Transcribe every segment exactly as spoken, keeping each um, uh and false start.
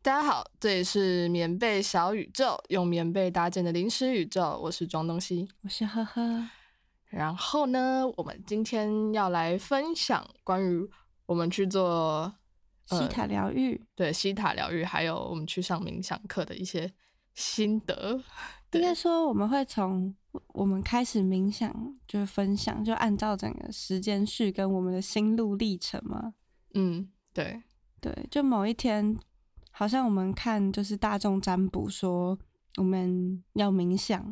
大家好，这里是棉被小宇宙，用棉被搭建的临时宇宙，我是庄东西， 我是呵呵。 然后呢，我们今天要来分享关于我们去做西塔疗愈、呃， 对西塔疗愈，还有我们去上冥想课的一些心得。 应该说，我们会从我们开始冥想就是分享，就按照整个时间序跟我们的心路历程嘛。 嗯，对对，就某一天，好像我们看就是大众占卜说我们要冥想，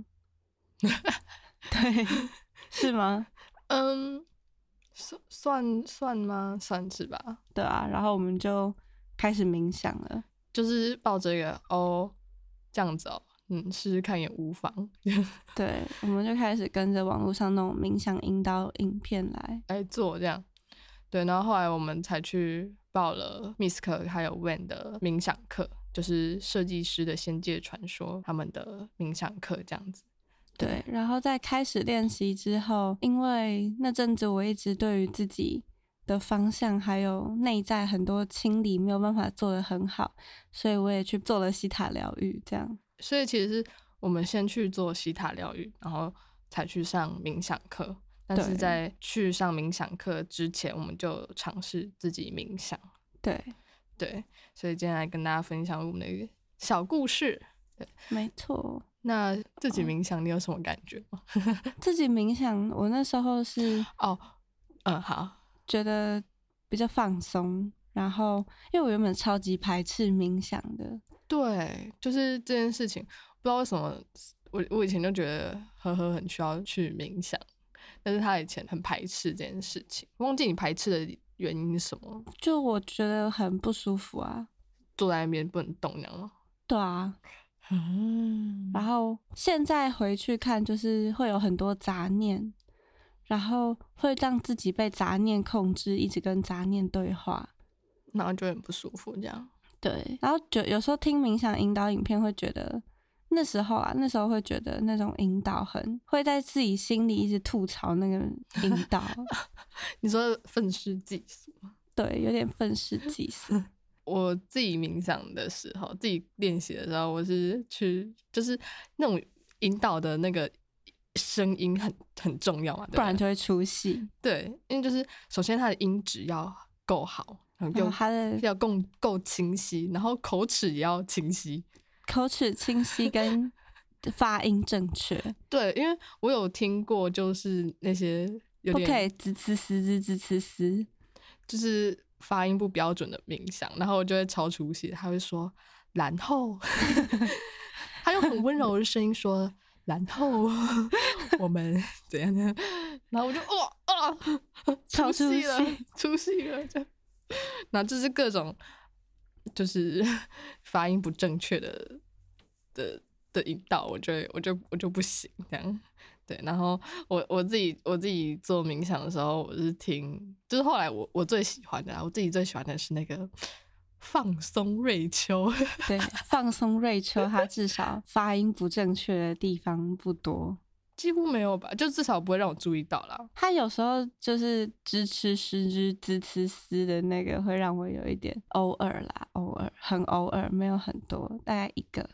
对，是吗？ 嗯，算算算吗？算是吧。 对啊，然后我们就开始冥想了， 就是抱着一个哦这样子哦，嗯，试试看也无妨。 对，我们就开始跟着网络上那种冥想引导影片来来做这样。对，然后后来我们才去报了 Misk 还有 Wen 的冥想课，就是设计师的仙界传说他们的冥想课这样子。 对，然后在开始练习之后，因为那阵子我一直对于自己的方向还有内在很多清理没有办法做得很好，所以我也去做了西塔疗愈这样。 所以其实是我们先去做西塔疗愈，然后才去上冥想课。但是在去上冥想课之前，我们就尝试自己冥想。 对对，所以今天来跟大家分享我们的一个小故事。对， 没错。 那自己冥想你有什么感觉吗？ 自己冥想，我那时候是哦，嗯，好，觉得比较放松。然后，因为我原本超级排斥冥想的， 对，就是这件事情，不知道为什么，我我以前就觉得呵呵很需要去冥想，但是他以前很排斥这件事情。忘记你排斥的原因是什么？ 就我觉得很不舒服啊， 坐在那边不能动那样吗？ 对啊。嗯，然后现在回去看，就是会有很多杂念，然后会让自己被杂念控制，一直跟杂念对话， 然后就很不舒服这样。 对，然后就有时候听冥想引导影片会觉得，那时候啊，那时候会觉得那种引导很会在自己心里一直吐槽那个引导。 你说愤世嫉俗吗？ 对，有点愤世嫉俗。 我自己冥想的时候，自己练习的时候，我是去就是那种引导的那个声音很很重要嘛，对 不, 不然就会出戏。 对，因为就是首先它的音质要够好，然后它的要够够清晰，然后口齿也要清晰， 口齿清晰跟发音正确。 对，因为我有听过，就是那些有点不可以滋呲嘶滋滋呲嘶， 就是发音不标准的冥想，然后我就会超出戏，他会说然后他用很温柔的声音说然后我们怎样怎样，然后我就哇啊出戏了出戏了这样，然后就是各种就是发音不正确的的的引导，我就我就我就不行这样。对，然后我我自己我自己做冥想的时候，我是听，就是后来我我最喜欢的、啊，我自己最喜欢的是那个放松瑞秋。 对，放松瑞秋，它至少发音不正确的地方不多， 几乎没有吧，就至少不会让我注意到啦。 他有时候就是支吃失之滋呲丝的那个，会让我有一点偶尔啦，偶尔很偶尔，没有很多，大概一个。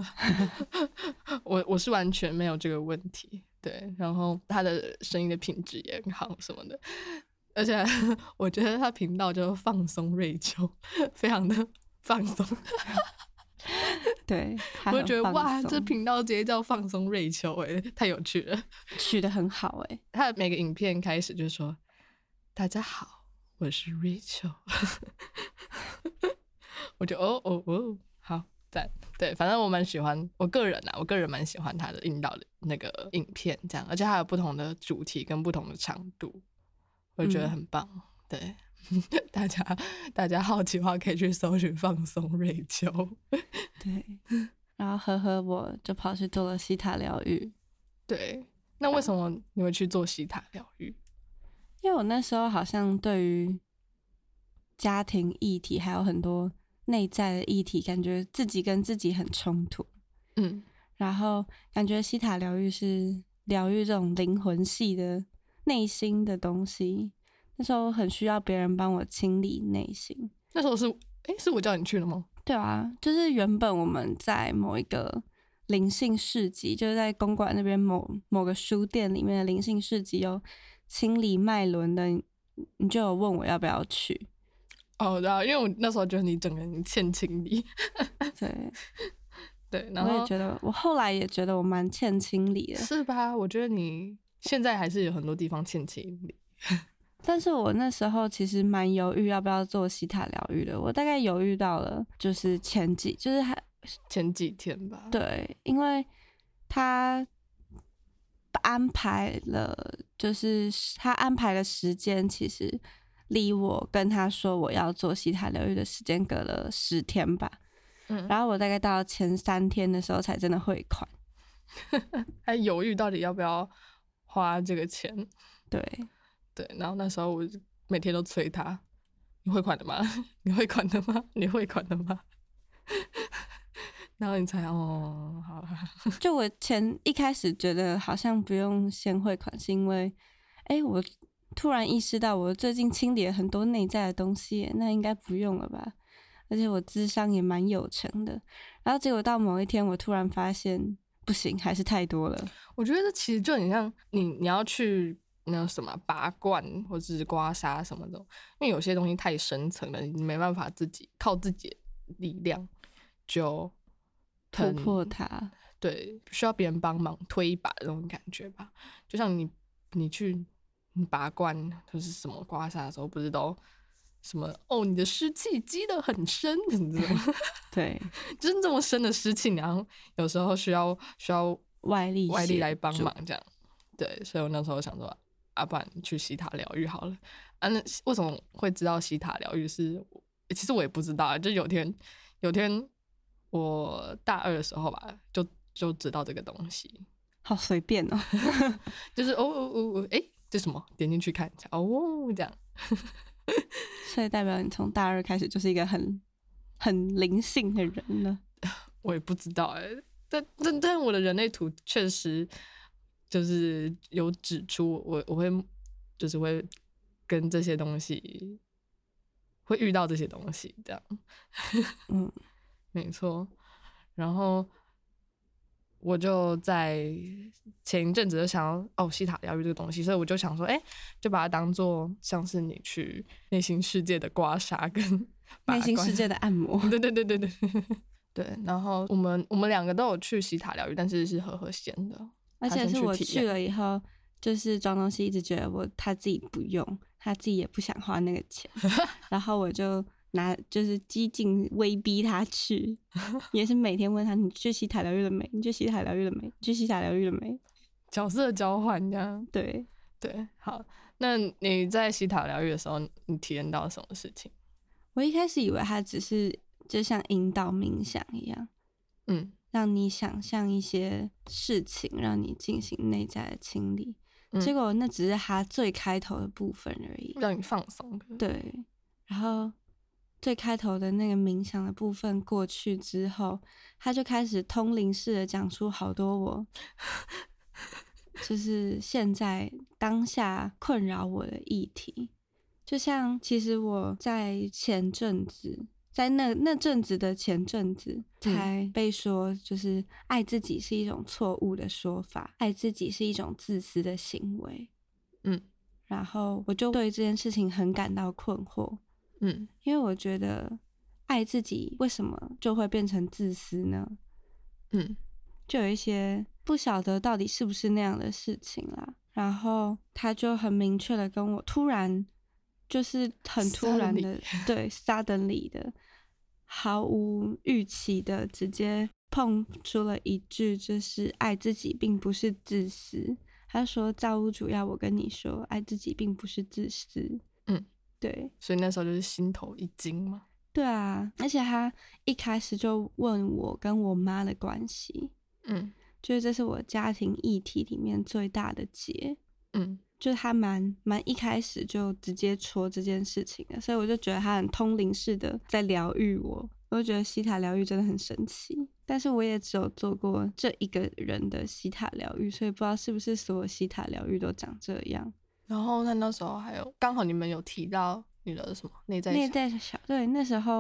我我是完全没有这个问题，对，然后他的声音的品质也很好什么的，而且我觉得他频道就放松瑞秋，非常的放松。 对， 我就觉得哇，这频道直接叫放松瑞秋，哎，太有趣了， 取得很好哎。 他的每个影片开始就说：“大家好，我是瑞秋。”我就哦哦哦，好赞，对，反正我蛮喜欢，我个人啊，我个人蛮喜欢他的引导的那个影片，这样，而且还有不同的主题跟不同的长度，我觉得很棒，嗯、对。大家大家好奇的话，可以去搜寻放松瑞秋。 对，然后呵呵，我就跑去做了西塔疗愈。 对，那为什么你会去做西塔疗愈？ 因为我那时候好像对于家庭议题还有很多内在的议题，感觉自己跟自己很冲突。嗯，然后感觉西塔疗愈是疗愈这种灵魂系的内心的东西。那时候很需要别人帮我清理内心。 那时候是，哎，是我叫你去了吗？ 对啊，就是原本我们在某一个灵性市集，就是在公馆那边某某个书店里面的灵性市集有清理脉轮的，你就有问我要不要去。 哦，对啊，因为我那时候觉得你整个人欠清理。 对对，然后我也觉得，我后来也觉得我蛮欠清理的， 是吧？我觉得你现在还是有很多地方欠清理。 但是我那时候其实蛮犹豫要不要做西塔疗愈的，我大概犹豫到了就是前几，就是还前几天吧。 对，因为他安排了，就是他安排的时间，其实离我跟他说我要做西塔疗愈的时间隔了十天吧。嗯，然后我大概到前三天的时候才真的汇款， 还犹豫到底要不要花这个钱。 对对，然后那时候我每天都催他：“你汇款了吗？你汇款了吗？你汇款了吗？”然后你才哦，好了。 就我前一开始觉得好像不用先汇款，是因为，哎，我突然意识到我最近清理了很多内在的东西，那应该不用了吧？而且我諮商也蛮有成的。然后结果到某一天，我突然发现不行，还是太多了。 我觉得这其实就很像你你要去那什么拔罐或者是刮痧什么的，因为有些东西太深层了，你没办法自己靠自己的力量就突破它。 对，需要别人帮忙推一把的那种感觉吧。就像你你去拔罐就是什么刮痧的时候，不是都什么哦，你的湿气积得很深，你知道吗？ 对， 就是这么深的湿气，然后有时候需要需要外力外力来帮忙这样。对，所以我那时候想说，啊，不然去西塔疗愈好了。啊，那为什么会知道西塔疗愈是？其实我也不知道，就有天有天我大二的时候吧，就就知道这个东西。 好随便哦， 就是哦哦哦哦，哎，这什么？点进去看一下，哦，这样。 所以代表你从大二开始就是一个很很灵性的人了。 我也不知道哎、欸，但但但我的人类图确实就是有指出我我会就是会跟这些东西会遇到这些东西这样。嗯，没错。然后我就在前一阵子就想要哦西塔疗愈这个东西，所以我就想说，哎、欸，就把它当做像是你去内心世界的刮痧跟内心世界的按摩。 对对对对对对。然后我们我们两个都有去西塔疗愈，但是是和和弦的， 而且是我去了以后，就是庄东西一直觉得我他自己不用，他自己也不想花那个钱，然后我就拿就是激进威逼他去，也是每天问他你去西塔疗愈了没？你去西塔疗愈了没？你去西塔疗愈了没？ 角色交换这样。 对对，好，那你在西塔疗愈的时候，你体验到什么事情？ 我一开始以为他只是就像引导冥想一样，嗯，让你想象一些事情，让你进行内在的清理。嗯、结果那只是他最开头的部分而已， 让你放松。 对，然后最开头的那个冥想的部分过去之后，他就开始通灵式的讲出好多我就是现在当下困扰我的议题。就像其实我在前阵子，在那那阵子的前阵子，才被说就是爱自己是一种错误的说法，爱自己是一种自私的行为。嗯，然后我就对这件事情很感到困惑。嗯，因为我觉得爱自己为什么就会变成自私呢？嗯，就有一些不晓得到底是不是那样的事情啦。然后他就很明确的跟我突然。就是很突然的，对 ，suddenly 的，毫无预期的，直接碰出了一句，就是爱自己并不是自私。他说：“造物主要我跟你说，爱自己并不是自私。”嗯，对， 所以那时候就是心头一惊嘛。 对啊，而且他一开始就问我跟我妈的关系，嗯，就是这是我家庭议题里面最大的结，嗯。就是他蛮蛮一开始就直接戳这件事情的，所以我就觉得他很通灵式的在疗愈我，我就觉得西塔疗愈真的很神奇。但是我也只有做过这一个人的西塔疗愈，所以不知道是不是所有西塔疗愈都长这样。 然后他那时候还有刚好你们有提到你的什么内在内在小，对，那时候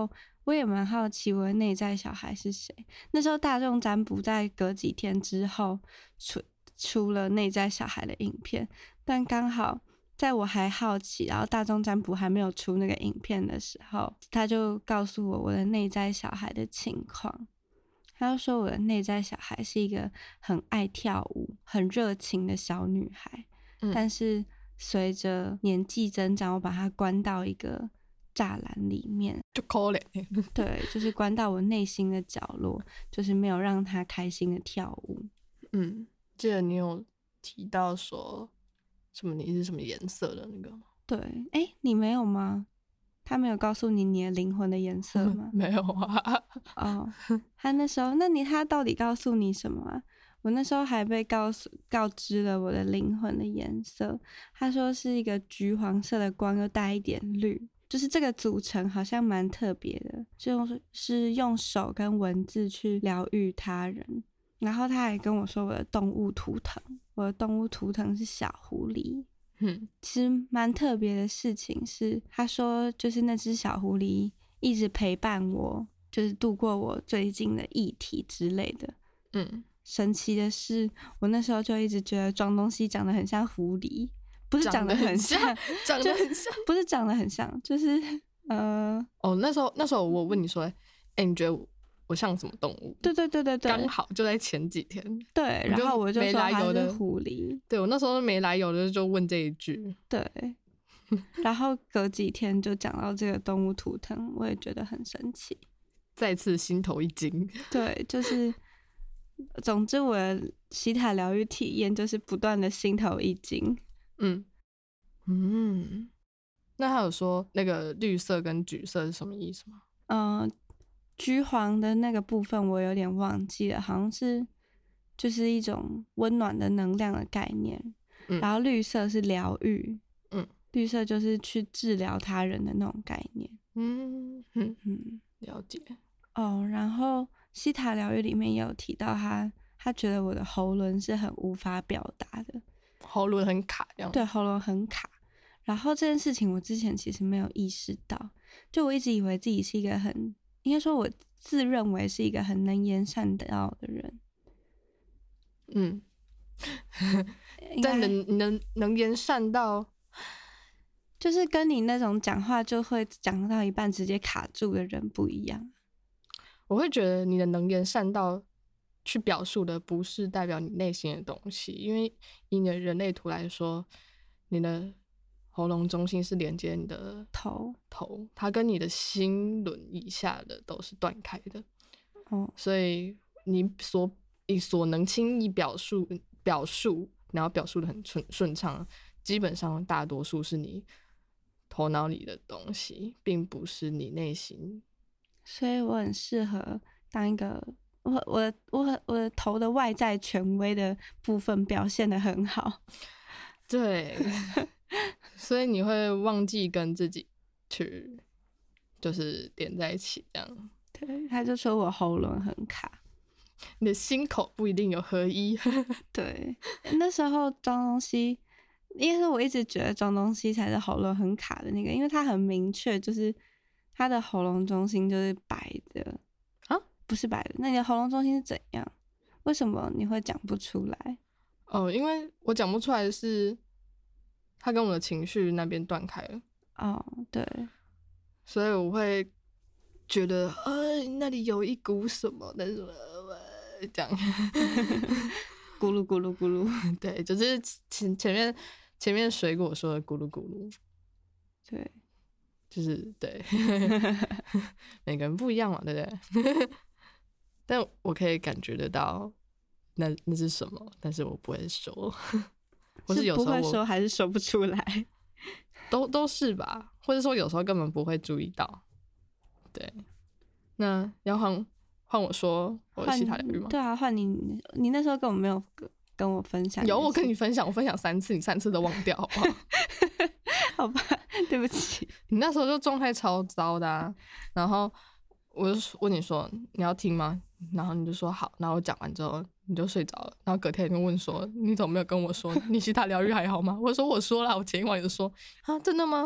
我也蛮好奇我的内在小孩是谁。那时候大众占卜在隔几天之后出出了内在小孩的影片，但刚好在我还好奇，然后大众占卜还没有出那个影片的时候，他就告诉我我的内在小孩的情况。他就说我的内在小孩是一个很爱跳舞、很热情的小女孩，嗯、但是随着年纪增长，我把她关到一个栅栏里面， 就可怜。 对，就是关到我内心的角落，就是没有让她开心的跳舞。 嗯，记得你有提到说什么你是什么颜色的那个吗？ 对，哎、欸，你没有吗？他没有告诉你你的灵魂的颜色吗？ 没有啊。 哦，他那时候，那你他到底告诉你什么啊？我那时候还被告诉告知了我的灵魂的颜色，他说是一个橘黄色的光，又带一点绿，就是这个组成好像蛮特别的，就是用手跟文字去疗愈他人。然后他还跟我说我的动物图腾，我的动物图腾是小狐狸。嗯，其实蛮特别的事情是，他说就是那只小狐狸一直陪伴我，就是度过我最近的议题之类的。嗯，神奇的是，我那时候就一直觉得庄东西长得很像狐狸，不是长得很像， 长得很像， 不是长得很像，就是呃， 哦，那时候那时候我问你说，哎、欸，你觉得我？我像什么动物？ 对对对对对， 刚好就在前几天。 对，然后我就说它是狐狸。 对，我那时候没来由的就问这一句。 对，然后隔几天就讲到这个动物图腾，我也觉得很神奇， 再次心头一惊。 对，就是总之我的西塔疗愈体验就是不断的心头一惊。 嗯嗯，那他有说那个绿色跟橘色是什么意思吗？ 嗯、呃。橘黄的那个部分我有点忘记了，好像是就是一种温暖的能量的概念。嗯、然后绿色是疗愈，嗯，绿色就是去治疗他人的那种概念。嗯嗯嗯， 了解。 哦，然后西塔疗愈里面也有提到他，他觉得我的喉咙是很无法表达的， 喉咙很卡这样。 对，喉咙很卡。然后这件事情我之前其实没有意识到，就我一直以为自己是一个很。应该说，我自认为是一个很能言善道的人。 嗯，但能能能言善道， 就是跟你那种讲话就会讲到一半直接卡住的人不一样。 我会觉得你的能言善道去表述的不是代表你内心的东西，因为以你的人类图来说，你的喉咙中心是连接你的头头，它跟你的心轮以下的都是断开的。哦，所以你所你所能轻易表述表述，然后表述的很顺顺畅，基本上大多数是你头脑里的东西，并不是你内心。 所以我很适合当一个我我我我的头的外在权威的部分表现得很好。 对。所以你会忘记跟自己去就是连在一起这样。 对，他就说我喉咙很卡， 你的心口不一定有合一。 对，那时候庄东西，因为我一直觉得庄东西才是喉咙很卡的那个，因为他很明确，就是他的喉咙中心就是白的啊，不是白的。那你的喉咙中心是怎样？为什么你会讲不出来？ 哦，因为我讲不出来的是他跟我的情绪那边断开了。 哦，对， 所以我会觉得，呃，那里有一股什么，但是呃这样， 咕噜咕噜咕噜， 对，就是前前面前面水果说的咕噜咕噜， 对， 就是对，每个人不一样嘛，对不对？但我可以感觉得到那那是什么，但是我不会说。或是有时候是不会说还是说不出来， 都都是吧，或者说有时候根本不会注意到。对，那要换换我说我的西塔疗愈吗？ 对啊，换你，你那时候跟我没有跟我分享。 有，我跟你分享，我分享三次，你三次都忘掉，好不好？ 好吧，对不起。 你那时候就状态超糟的啊，然后我就问你说你要听吗？然后你就说好，然后我讲完之后你就睡着了，然后隔天就问说你怎么没有跟我说你西塔疗愈还好吗？我说我说啦，我前一晚就说啊真的吗？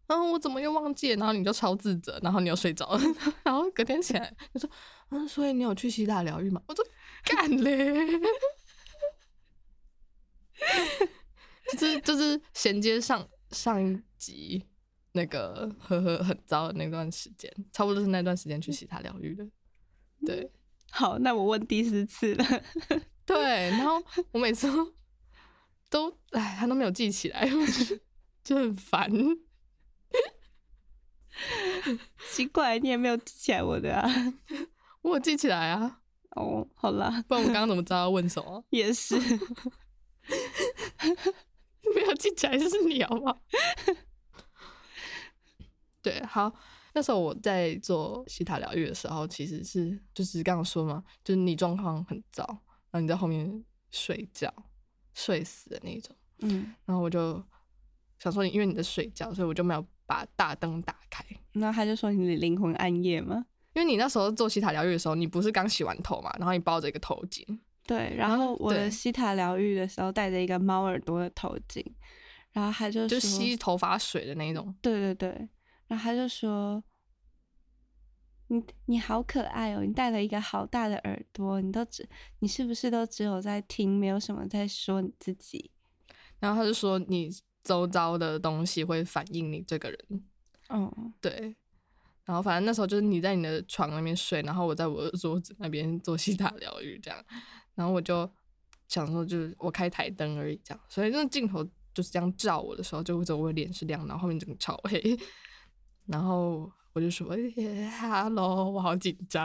嗯，我怎么又忘记了？然后你就超自责，然后你又睡着了，然后隔天起来就说，嗯，所以你有去西塔疗愈吗？我说干嘞，就是就是衔接上上一集那个呵呵很糟的那段时间，差不多是那段时间去西塔疗愈的。对， 好，那我问第四次了。 对，然后我每次都都哎，他都没有记起来，就很烦。 奇怪，你也没有记起来我的啊？ 我有记起来啊。 哦，好啦， 不然我刚刚怎么知道要问什么？ 也是， 没有记起来就是你好不好？对，好，那时候我在做西塔疗愈的时候，其实是就是刚刚说嘛，就是你状况很糟，然后你在后面睡觉，睡死的那种。嗯，然后我就想说，因为你在睡觉，所以我就没有把大灯打开。 那他就说你的灵魂暗夜吗？ 因为你那时候做西塔疗愈的时候，你不是刚洗完头嘛，然后你包着一个头巾。 对，然后我的西塔疗愈的时候戴着一个猫耳朵的头巾，然后他就说就吸头发水的那种。 对对对，然后他就说你你好可爱哦，你戴了一个好大的耳朵，你都只你是不是都只有在听，没有什么在说你自己？ 然后他就说你周遭的东西会反映你这个人。 哦， 对。然后反正那时候就是你在你的床那边睡，然后我在我的桌子那边做西塔疗愈这样。然后我就想说，就是我开台灯而已这样，所以那镜头就是这样照我的时候，就只有我的脸是亮，然后后面整个超黑。然后我就说：“欸，Hello，我好紧张。”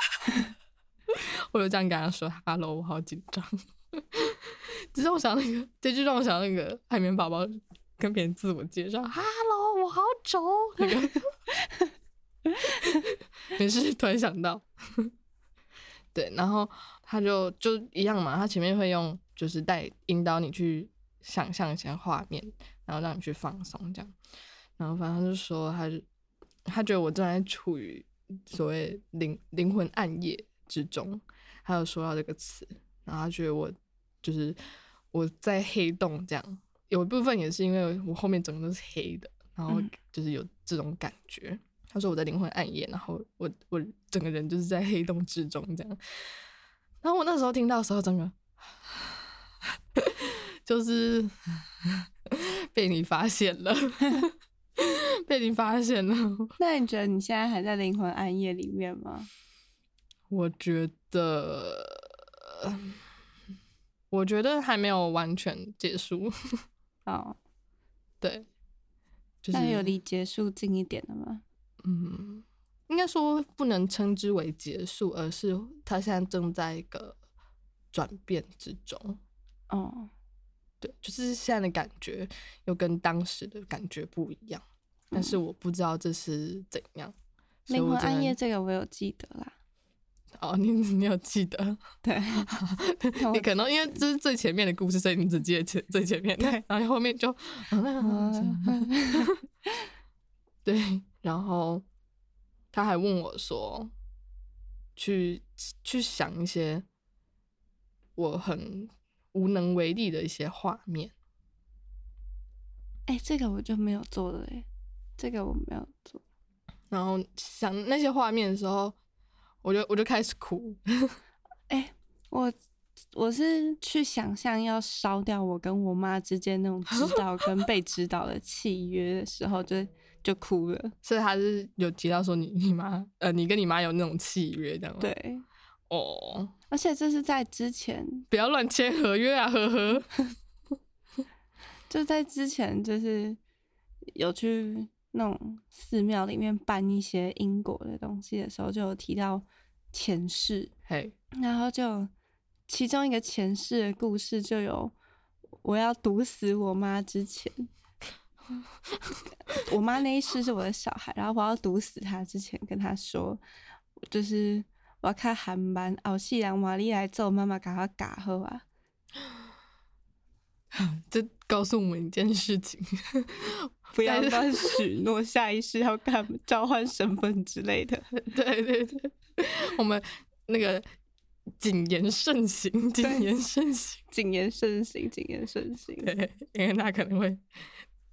我就这样跟他说 ：“Hello，我好紧张。”只是我想那个这句让我想那个海绵宝宝跟别人自我介绍 ：“Hello，我好丑。”那个没事，突然想到。对，然后他就就一样嘛，他前面会用就是带引导你去想象一些画面，然后让你去放松这样。然后反正他就说他他觉得我正在处于所谓灵灵魂暗夜之中，他有说到这个词，然后他觉得我就是我在黑洞这样，有一部分也是因为我后面整个都是黑的，然后就是有这种感觉。嗯，他说我的灵魂暗夜，然后我我整个人就是在黑洞之中这样。然后我那时候听到的时候，整个就是被你发现了，被你发现了。 那你觉得你现在还在灵魂暗夜里面吗？ 我觉得，我觉得还没有完全结束。 哦， 对，就是那有离结束近一点了吗？ 嗯，应该说不能称之为结束，而是它现在正在一个转变之中。 哦， 对，就是现在的感觉又跟当时的感觉不一样，嗯，但是我不知道这是怎样。 灵魂暗夜这个我有记得啦。 哦，你你有记得？对，你可能因为这是最前面的故事，所以你只记得前最前面，对，然后后面就，对，然后他还问我说，去去想一些我很无能为力的一些画面。 哎、欸，这个我就没有做了哎，这个我没有做。 然后想那些画面的时候，我就我就开始哭。 哎、欸，我我是去想象要烧掉我跟我妈之间那种指导跟被指导的契约的时候就，就就哭了。 所以他是有提到说你你妈呃，你跟你妈有那种契约，这样吗？ 对。 哦， 而且这是在之前， 不要乱签合约啊，呵呵。 就在之前，就是有去那种寺庙里面办一些因果的东西的时候，就有提到前世， 嘿， 然后就其中一个前世的故事就有我要毒死我妈之前，我妈那一世是我的小孩，然后我要毒死她之前跟她说，就是我要看韩版后世人换你来做妈妈，给我教好啊。 这告诉我们一件事情， 不要乱许诺下一世要干交换身份之类的。 对对对，我们那个谨言慎行，谨言慎行， 谨言慎行，谨言慎行。 对，因为他可能会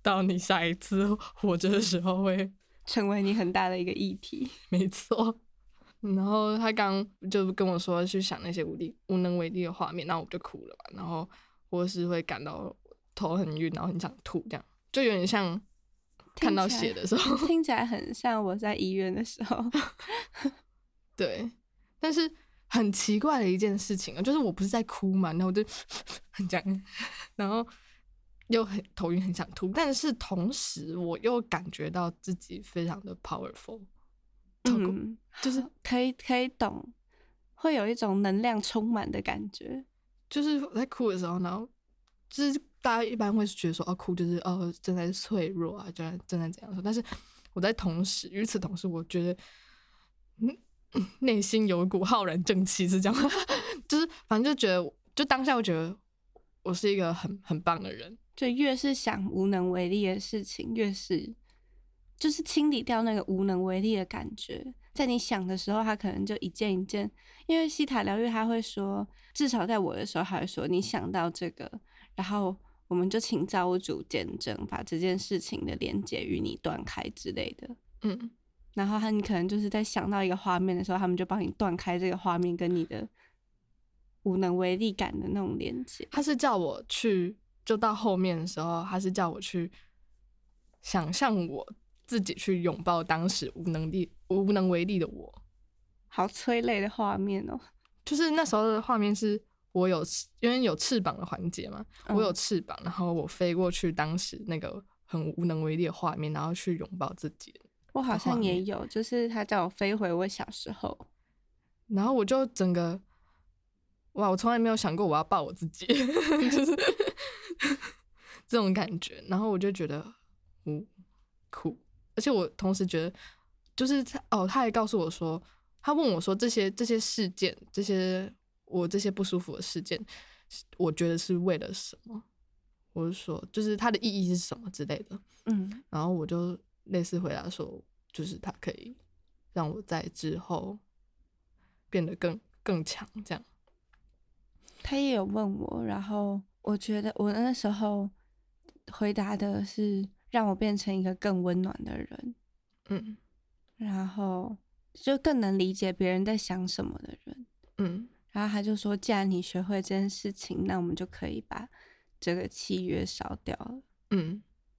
到你下一次活着的时候会成为你很大的一个议题。 没错。然后他刚就跟我说去想那些无力无能为力的画面，然后我就哭了吧，然后或是会感到头很晕，然后很想吐，这样就有点像看到血的时候， 听起来很像我在医院的时候。 对，但是很奇怪的一件事情就是我不是在哭嘛，然后我就很这样，然后又很头晕很想吐，但是同时我又感觉到自己非常的 powerful。 嗯，就是可以可以懂，会有一种能量充满的感觉。 就是我在哭的时候，然后就是大家一般会觉得说，哦，哭就是哦正在脆弱啊，正在正在怎样说。但是我在同时，与此同时，我觉得，嗯，内心有一股浩然正气，是这样，就是反正就觉得，就当下我觉得我是一个很很棒的人。 就越是想无能为力的事情，越是。就是清理掉那个无能为力的感觉，在你想的时候，他可能就一件一件。因为西塔疗愈，他会说，至少在我的时候，他会说，你想到这个，然后我们就请造物主见证，把这件事情的连结与你断开之类的。嗯，然后他你可能就是在想到一个画面的时候，他们就帮你断开这个画面跟你的无能为力感的那种连结。 他是叫我去，就到后面的时候，他是叫我去想象我自己去拥抱当时无能力、无能为力的我， 好催泪的画面哦！ 就是那时候的画面是我有因为有翅膀的环节嘛，嗯、我有翅膀，然后我飞过去，当时那个很无能为力的画面，然后去拥抱自己。 我好像也有，就是他叫我飞回我小时候， 然后我就整个哇，我从来没有想过我要抱我自己，就是这种感觉。然后我就觉得，嗯，酷。而且我同时觉得，就是他哦，他还告诉我说，他问我说这些这些事件，这些我这些不舒服的事件，我觉得是为了什么？我就说，就是它的意义是什么之类的。嗯，然后我就类似回答说，就是它可以让我在之后变得更更强，这样。 他也有问我，然后我觉得我那时候回答的是。让我变成一个更温暖的人，嗯，然后就更能理解别人在想什么的人，嗯，然后他就说，既然你学会这件事情，那我们就可以把这个契约烧掉了，嗯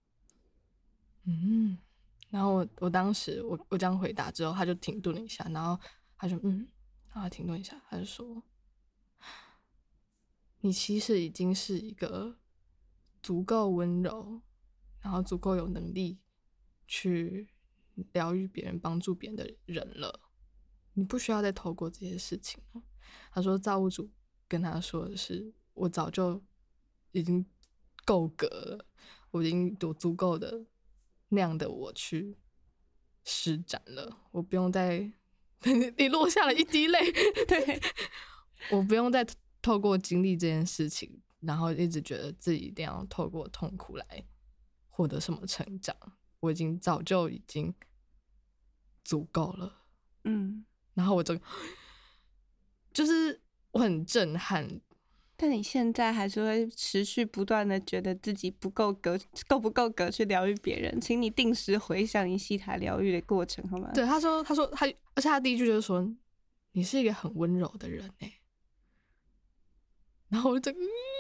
嗯，然后我我当时我我这样回答之后，他就停顿了一下，然后他就嗯，然后他停顿一下，他就说，你其实已经是一个足够温柔。然后足够有能力去疗愈别人、帮助别人的人了，你不需要再透过这些事情了。他说，造物主跟他说的是，我早就已经够格了，我已经有足够的那样的我去施展了，我不用再你落下了一滴泪， 对， 我不用再透过经历这件事情，然后一直觉得自己一定要透过痛苦来获得什么成长，我已经早就已经足够了，嗯，然后我就就是我很震撼， 但你现在还是会持续不断的觉得自己不够格，够不够格去疗愈别人？请你定时回想你西塔疗愈的过程，好吗？ 对，他说，他说他，而且他第一句就是说，你是一个很温柔的人哎，然后我就。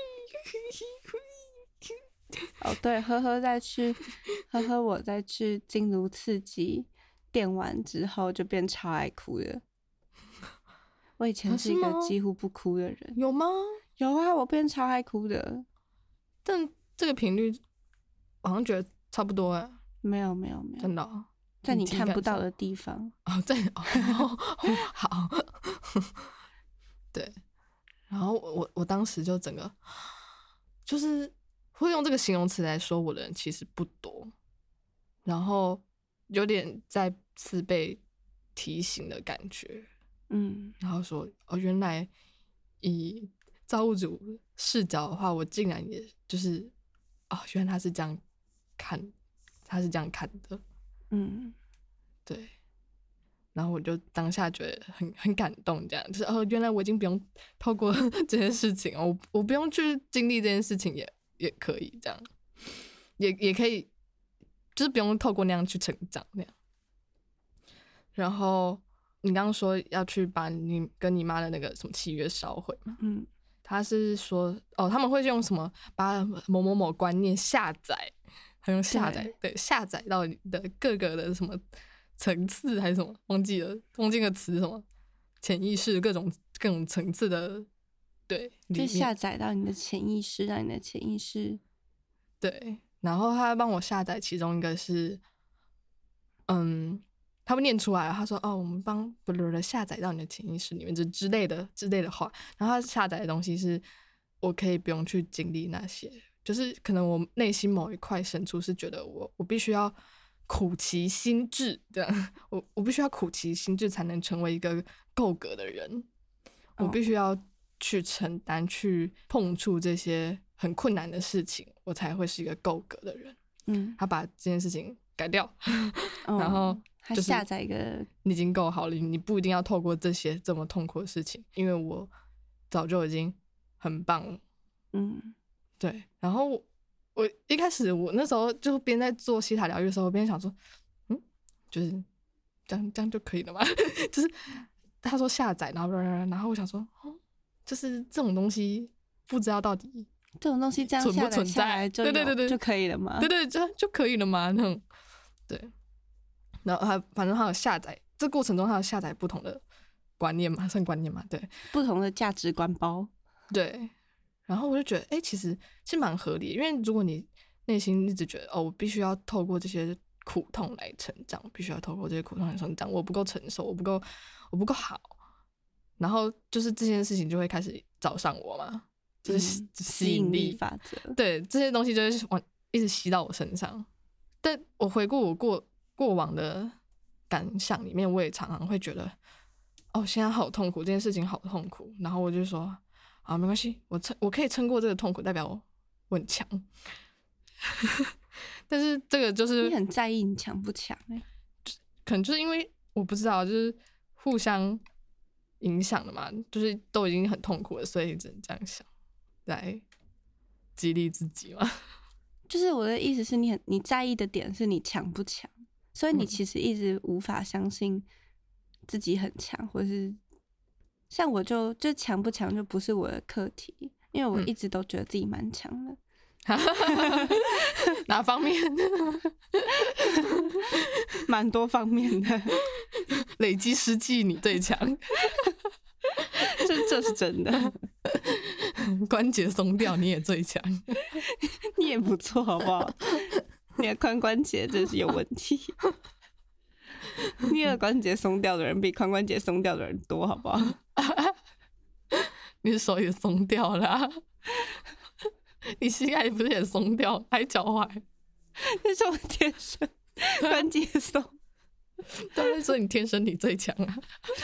哦，对，呵呵再去，呵呵我再去经颅刺激电完之后就变超爱哭的。我以前是一个几乎不哭的人， 啊、有吗？ 有啊，我变超爱哭的。 但这个频率好像觉得差不多哎。 没有没有没有， 真的、哦， 在你看不到的地方哦，在哦，好，对。然后我我当时就整个就是会用这个形容词来说我的人其实不多，然后有点再次被提醒的感觉，嗯，然后说哦，原来以造物主视角的话，我竟然也就是哦，原来他是这样看，他是这样看的，嗯，对。然后我就当下觉得很很感动，这样就是哦，原来我已经不用透过这件事情，我我不用去经历这件事情也也可以这样，也也可以就是不用透过那样去成长那样。然后你刚刚说要去把你跟你妈的那个什么契约烧毁嘛？嗯，他是说哦，他们会用什么把某某某观念下载，还用下载 对, 对下载到你的各个的什么层次还是什么，忘记了忘记个词什么潜意识各种各种层次的，对， 就下载到你的潜意识，让你的潜意识对。然后他帮我下载其中一个是，嗯。他会念出来，他说：“哦，我们帮不的下载到你的潜意识里面，这之类的之类的话。”然后他下载的东西是，我可以不用去经历那些，就是可能我内心某一块深处是觉得我我必须要苦其心志，这样我我必须要苦其心志才能成为一个够格的人，我必须要去承担、去碰触这些很困难的事情，我才会是一个够格的人。嗯，他把这件事情改掉，然后。 他下载一个， 你已经够好了，你不一定要透过这些这么痛苦的事情，因为我早就已经很棒了。嗯，对。然后 我, 我一开始我那时候就边在做西塔疗愈的时候，我边想说，嗯，就是这样这样就可以了吗？就是他说下载，然后然后我想说，哦，就是这种东西不知道到底这种东西这样下载下来就对对对对就可以了吗？ 对对，就就可以了吗？那种对。然后他反正他有下载，这过程中他有下载不同的观念嘛，算观念嘛，对， 不同的价值观包， 对。然后我就觉得，哎、欸，其实是蛮合理的，因为如果你内心一直觉得，哦，我必须要透过这些苦痛来成长，必须要透过这些苦痛来成长，我不够成熟，我不够，我不够好，然后就是这件事情就会开始找上我嘛，就是吸引力法则， 对，这些东西就会往一直吸到我身上。但我回顾我过。过往的感想里面，我也常常会觉得，哦，现在好痛苦，这件事情好痛苦。然后我就说，啊，没关系，我撑，我可以撑过这个痛苦，代表我很强。但是这个就是你很在意你强不强哎、 欸，可能就是因为我不知道，就是互相影响的嘛，就是都已经很痛苦了，所以只能这样想，来激励自己嘛。 就是我的意思是你很你在意的点是你强不强。所以你其实一直无法相信自己很强，或是像我就就强不强就不是我的课题，因为我一直都觉得自己蛮强的。 哪方面？ 蛮多方面的， 累积实际你最强， 这这是真的。 关节松掉你也最强， 你也不错，好不好？你的髋关节真是有问题，你的关节松掉的人比髋关节松掉的人多，好不好？ 你的手也松掉了、啊，你膝盖不是也松掉，还脚踝？ 那是我天生关节松， 对，所以你天生你最强啊！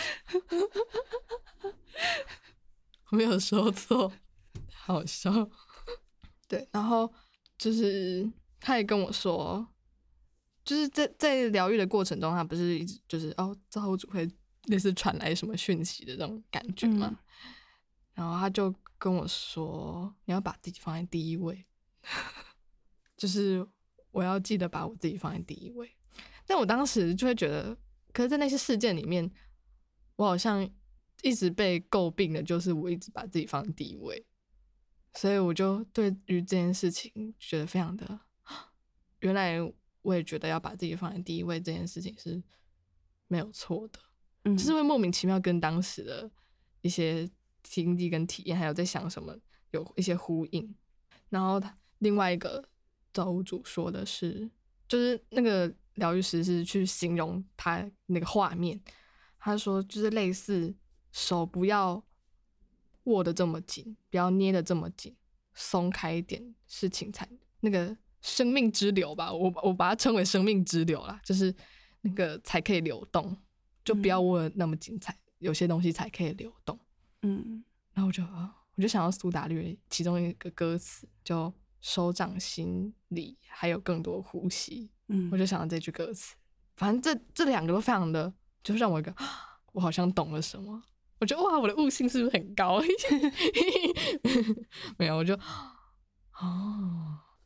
我没有说错，好笑。对，然后就是他也跟我说，就是在在疗愈的过程中，他不是一直就是哦，造物主会类似传来什么讯息的这种感觉嘛、嗯，然后他就跟我说，你要把自己放在第一位，就是我要记得把我自己放在第一位。但我当时就会觉得，可是在那些事件里面，我好像一直被诟病的就是我一直把自己放在第一位，所以我就对于这件事情觉得非常的，原来我也觉得要把自己放在第一位这件事情是没有错的，嗯，就是会莫名其妙跟当时的一些经历跟体验还有在想什么有一些呼应。然后另外一个造物主说的是，就是那个疗愈师是去形容他那个画面，他说就是类似手不要握得这么紧，不要捏得这么紧，松开一点，事情才那个生命之流吧，我我把它称为生命之流啦，就是那个才可以流动，就不要握得那么紧，才有些东西才可以流动。嗯，然后我就我就想到苏打绿其中一个歌词，就手掌心里还有更多呼吸。嗯，我就想到这句歌词。反正这这两个都非常的，就是让我一个我好像懂了什么。我觉得哇，我的悟性是不是很高？没有，我就哦，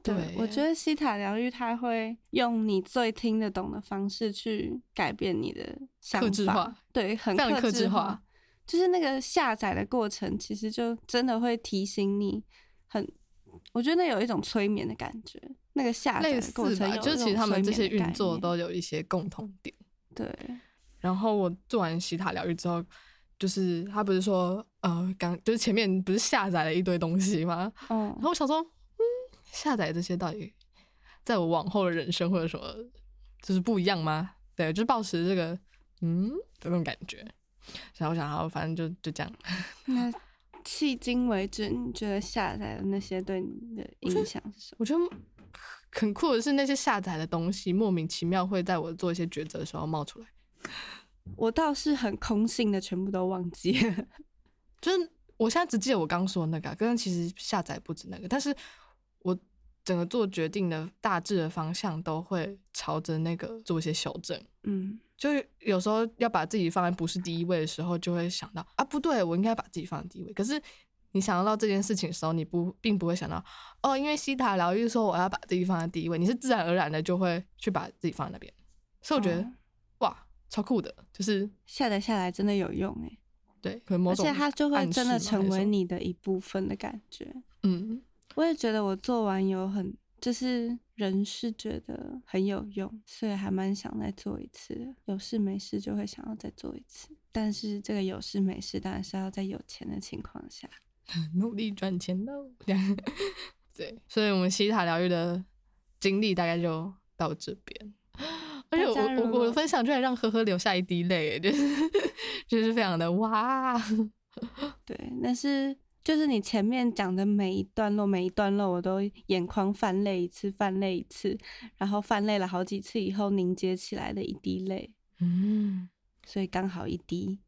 对，我觉得西塔疗愈它会用你最听得懂的方式去改变你的想法， 客制化， 对，很客制化。就是那个下载的过程，其实就真的会提醒你很，我觉得那有一种催眠的感觉。那个下载的过程有一种催眠的概念， 就是其实他们这些运作都有一些共同点。 对。 然后我做完西塔疗愈之后，就是他不是说呃，刚就是前面不是下载了一堆东西吗？ 嗯。 然后我想说，嗯，下载这些到底在我往后的人生或者什么，就是不一样吗？对，就是抱持这个嗯这种感觉。然后我想，好，反正就就这样。 那迄今为止，你觉得下载的那些对你的影响是什么？ 我觉得很酷的是，那些下载的东西莫名其妙会在我做一些抉择的时候冒出来。 我倒是很空性的，全部都忘记了。 就是我现在只记得我刚说的那个，但其实下载不止那个，但是我整个做决定的大致的方向都会朝着那个做一些修正。 嗯。 就有时候要把自己放在不是第一位的时候，就会想到啊，不对，我应该把自己放在第一位。可是你想到这件事情的时候，你不并不会想到哦，因为西塔疗愈说我要把自己放在第一位，你是自然而然的就会去把自己放在那边。所以我觉得、哦、哇，超酷的，就是下载下来真的有用哎。 对，可能某种而且它就会真的成为你的一部分的感觉。 嗯， 我也觉得我做完有很。就是人是觉得很有用，所以还蛮想再做一次的。有事没事就会想要再做一次，但是这个有事没事当然是要在有钱的情况下努力赚钱喽。对，所以我们西塔疗愈的经历大概就到这边。而且我我我的分享居然让呵呵流下一滴泪，就是就是非常的哇。 对，但是。就是你前面讲的每一段落，每一段落我都眼眶泛泪一次，泛泪一次，然后泛泪了好几次以后凝结起来的一滴泪，嗯，所以刚好一滴。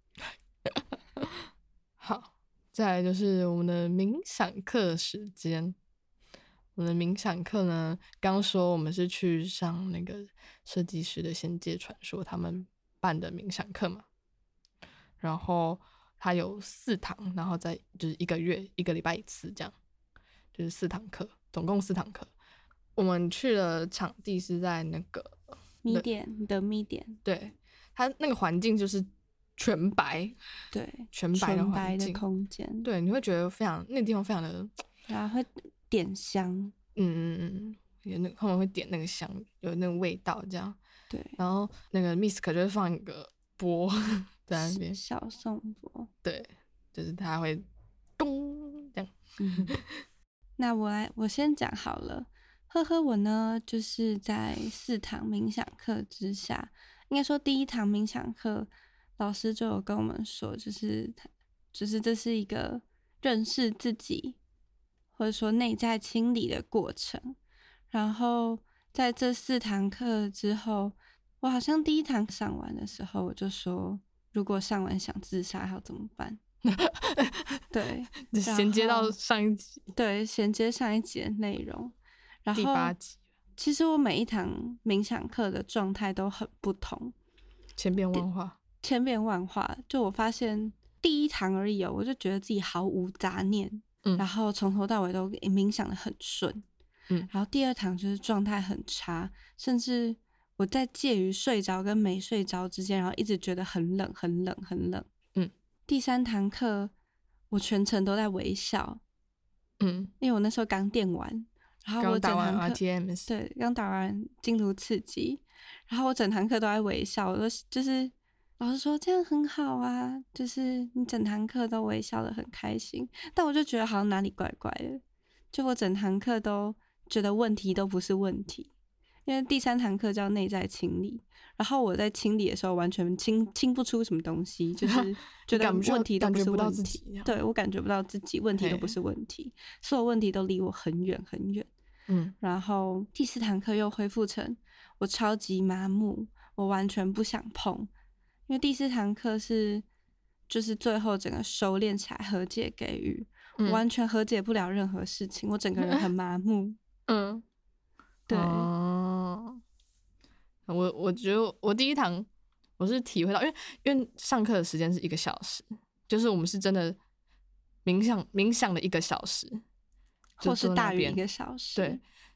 好，再来就是我们的冥想课时间。我们的冥想课呢，刚说我们是去上那个设计师的仙界传说他们办的冥想课嘛，然后。它有四堂，然后再就是一个月一个礼拜一次，这样就是四堂课，总共四堂课。我们去了场地是在那个米点的米点， 对，它那个环境就是全白， 对， 全白的环境的空间， 对，你会觉得非常那个地方非常的， 然后会点香， 嗯嗯嗯，有那后面会点那个香，有那个味道这样， 对， 然后那个 Misk 就会放一个钵。在那边小颂钵， 对，就是他会咚这样。 嗯、那我来，我先讲好了。呵呵，我呢就是在四堂冥想课之下，应该说第一堂冥想课，老师就有跟我们说，就是就是这是一个认识自己，或者说内在清理的过程。然后在这四堂课之后，我好像第一堂上完的时候，我就说。如果上完想自杀要怎么办？对， 衔接到上一集， 对，衔接上一集的内容。然后第八集， 其实我每一堂冥想课的状态都很不同， 千变万化， 千变万化。就我发现第一堂而已哦，我就觉得自己毫无杂念，嗯，然后从头到尾都冥想的很顺，嗯。然后第二堂就是状态很差，甚至。我在介于睡着跟没睡着之间，然后一直觉得很冷、很冷、很冷。嗯，第三堂课我全程都在微笑。嗯，因为我那时候刚电完，然后我整堂课 R T M S 对刚打完经颅刺激，然后我整堂课都在微笑。我都就是老师说这样很好啊，就是你整堂课都微笑得很开心。但我就觉得好像哪里怪怪的，就我整堂课都觉得问题都不是问题。因为第三堂课叫内在清理，然后我在清理的时候完全清清不出什么东西，就是觉得问题都不是问题，对我感觉不到自己，问题都不是问题，所有问题都离我很远很远。嗯，然后第四堂课又恢复成我超级麻木，我完全不想碰，因为第四堂课是就是最后整个收敛起来和解给予，嗯、我完全和解不了任何事情，我整个人很麻木。嗯。对， 哦，我我觉得我第一堂我是体会到，因为因为上课的时间是一个小时，就是我们是真的冥想冥想的一个小时， 或是大于一个小时。 对，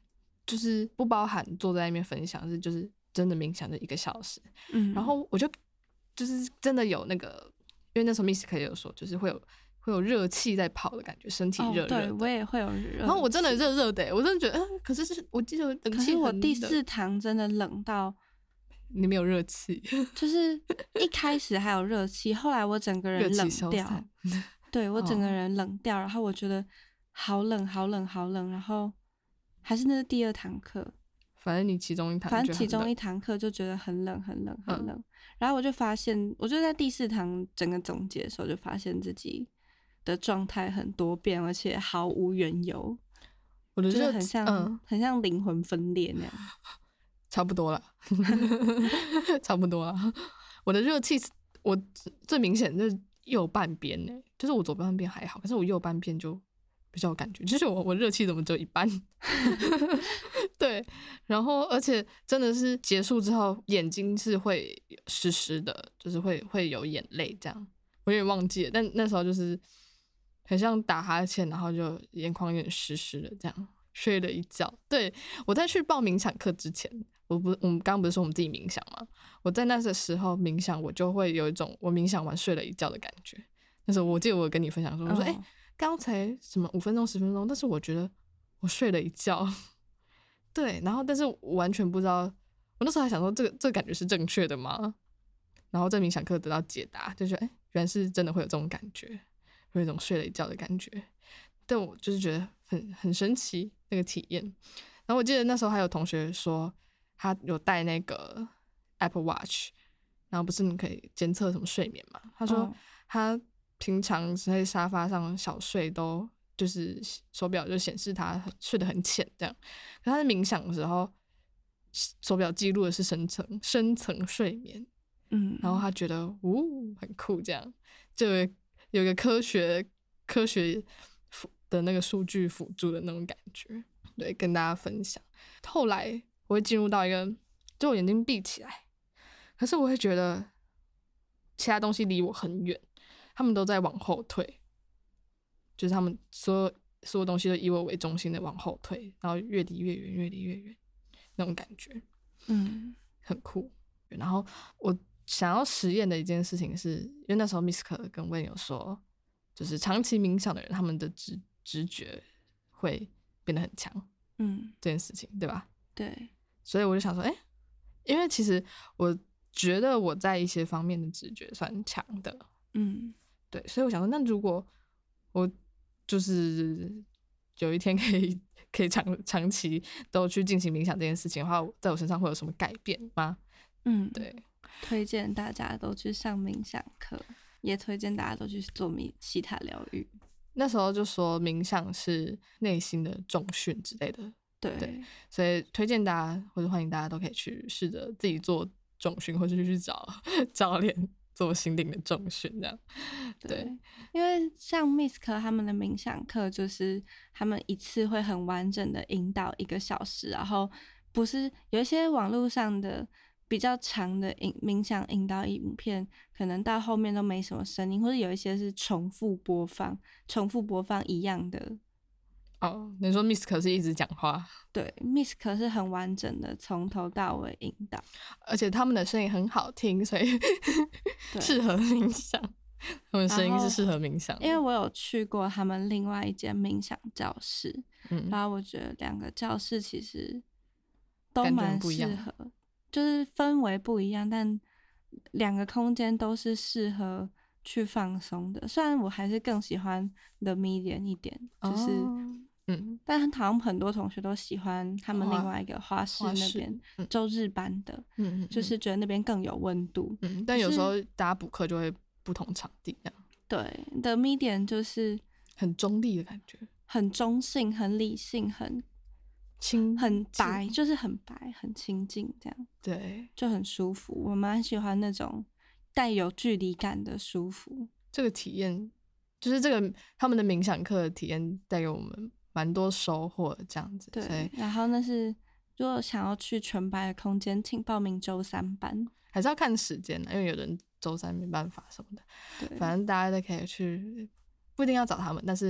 就是不包含坐在那边分享，是就是真的冥想的一个小时。 嗯， 然后我就就是真的有那个，因为那时候 Miss 可也有说，就是会有会有热气在跑的感觉，身体热热的。 哦，对我也会有热。 然后我真的热热的，我真的觉得，嗯，可是是我记得冷气很冷。可是我第四堂真的冷到。 你没有热气， 就是一开始还有热气，后来我整个人冷掉，对我整个人冷掉，然后我觉得好冷好冷好冷，然后还是那是第二堂课， 反正你其中一堂， 反正其中一堂课就觉得很冷很冷很冷，嗯、然后我就发现，我就在第四堂整个总结的时候就发现自己的状态很多变，而且毫无缘由， 我的就是很像、嗯、很像灵魂分裂那样。 差不多了，差不多了。我的热气，我最明显就是右半边呢，就是我左半边还好，可是我右半边就比较有感觉，就是我我热气怎么只有一半？对，然后而且真的是结束之后，眼睛是会湿湿的，就是会会有眼泪这样。我有点忘记了，但那时候就是很像打哈欠，然后就眼眶有点湿湿的这样。睡了一觉。对，我在去报冥想课之前，我不我们刚刚不是说我们自己冥想吗？我在那个时候冥想，我就会有一种我冥想完睡了一觉的感觉。那时候我记得我跟你分享说，我说哎，刚、欸、才什么五分钟十分钟，但是我觉得我睡了一觉。对，然后但是我完全不知道，我那时候还想说这个这个感觉是正确的吗？然后在冥想课得到解答，就觉得哎、欸，原来是真的会有这种感觉，会有一种睡了一觉的感觉。但我就是觉得很很神奇那个体验。然后我记得那时候还有同学说他有带那个 Apple Watch， 然后不是你可以监测什么睡眠嘛？他说他平常在沙发上小睡都就是手表就显示他睡得很浅这样，可他在冥想的时候手表记录的是深层深层睡眠，嗯，然后他觉得呜很酷这样，就有一个科学科学的那个数据辅助的那种感觉，对，跟大家分享。后来我会进入到一个，就我眼睛闭起来，可是我会觉得其他东西离我很远，他们都在往后退，就是他们所有所有东西都以我为中心的往后退，然后越离越远，越离越远那种感觉，嗯，很酷。然后我想要实验的一件事情是，因为那时候 Miss 可跟Wayne有说，就是长期冥想的人，他们的直直觉会变得很强，嗯，这件事情对吧？ 对， 所以我就想说，哎、欸，因为其实我觉得我在一些方面的直觉算强的，嗯，对，所以我想说，那如果我就是有一天可以可以长长期都去进行冥想这件事情的话，在我身上会有什么改变吗？嗯，对， 推荐大家都去上冥想课，也推荐大家都去做冥西塔疗愈。 那时候就说冥想是内心的重训之类的， 对, 对，所以推荐大家或者欢迎大家都可以去试着自己做重训，或者去找教练做心灵的重训这样。对， 对，因为像 Miss 课他们的冥想课，就是他们一次会很完整的引导一个小时，然后不是有一些网络上的比较长的冥想引导影片，可能到后面都没什么声音，或者有一些是重复播放重复播放一样的。 哦，你说 Miss 可是一直讲话？ 对， Miss 可是很完整的从头到尾引导， 而且他们的声音很好听，所以适合冥想。他们声音是适合冥想的， 因为我有去过他们另外一间冥想教室，嗯，然后我觉得两个教室其实都蛮适合，就是氛围不一样，但两个空间都是适合去放松的。虽然我还是更喜欢 The Medium 一点，就是、哦、嗯，但好像很多同学都喜欢他们另外一个花市那边周日班的，嗯，就是觉得那边更有温度。 嗯，但有时候大家补课就会不同场地这样。 对 ，The Medium 就是很中立的感觉， 很中性、很理性、很清、 很白，就是很白、很清静这样。 对， 就很舒服。我蛮喜欢那种带有距离感的舒服。 这个体验就是这个他们的冥想课的体验带给我们蛮多收获的这样子。 对，然后那是如果想要去纯白的空间，请报名周三班， 还是要看时间，因为有人周三没办法什么的。对，反正大家都可以去，不一定要找他们，但是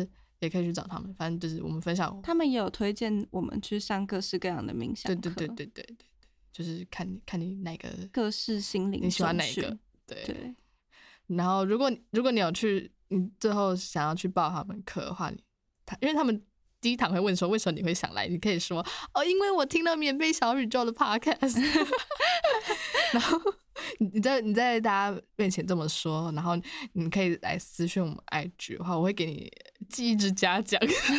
也可以去找他们，反正就是我们分享。 他们也有推荐我们去上各式各样的冥想课。 对对对对对对对，就是看你看你哪个各式心灵， 你喜欢哪个？对对。 然后如果如果你有去，你最后想要去报他们课的话，你他因为他们第一堂会问说为什么你会想来，你可以说哦，因为我听了免费小宇宙的 podcast。然后你在你在大家面前这么说，然后你可以来私讯我们 I G 的话，我会给你寄一支嘉奖。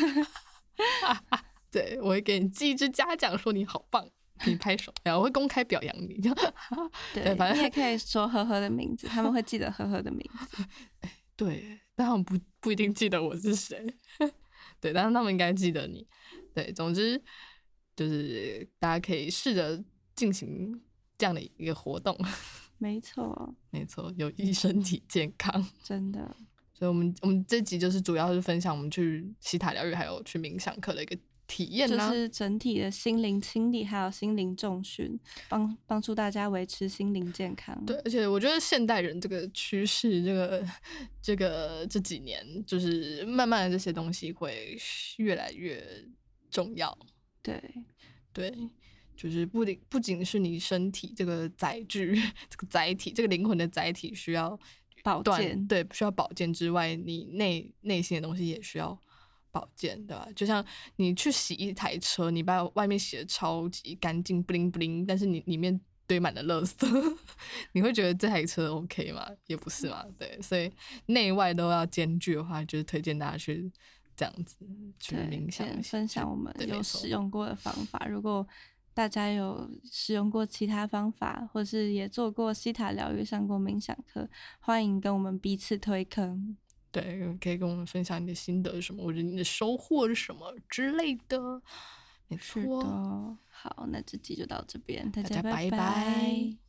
对，我会给你寄一支嘉奖，说你好棒，给你拍手，然后我会公开表扬你。 对， 对，反正你也可以说呵呵的名字，他们会记得呵呵的名字。 对，但他们不不一定记得我是谁。对，但是他们应该记得你。对，总之就是大家可以试着进行这样的一个活动。 没错， 没错，有益身体健康， 真的。 所以我们我们这集就是主要是分享我们去西塔疗愈还有去冥想课的一个体验啦， 就是整体的心灵清理还有心灵重训，帮帮助大家维持心灵健康。 对，而且我觉得现代人这个趋势，这个这个这几年，就是慢慢的这些东西会越来越重要。 对对，就是不仅不仅是你身体这个载具、这个载体、这个灵魂的载体需要保健， 对，需要保健之外，你内内心的东西也需要保健，对吧？就像你去洗一台车，你把外面洗的超级干净，bling bling，但是你里面堆满了垃圾，你会觉得这台车 OK 吗？也不是嘛，对，所以内外都要兼具的话，就是推荐大家去这样子去冥想一下， 分享我们有使用过的方法。如果大家有使用过其他方法，或是也做过西塔疗愈、上过冥想课，欢迎跟我们彼此推坑。 对，可以跟我们分享你的心得是什么，或者你的收获是什么之类的。没错， 是的。好，那这集就到这边，大家拜拜拜。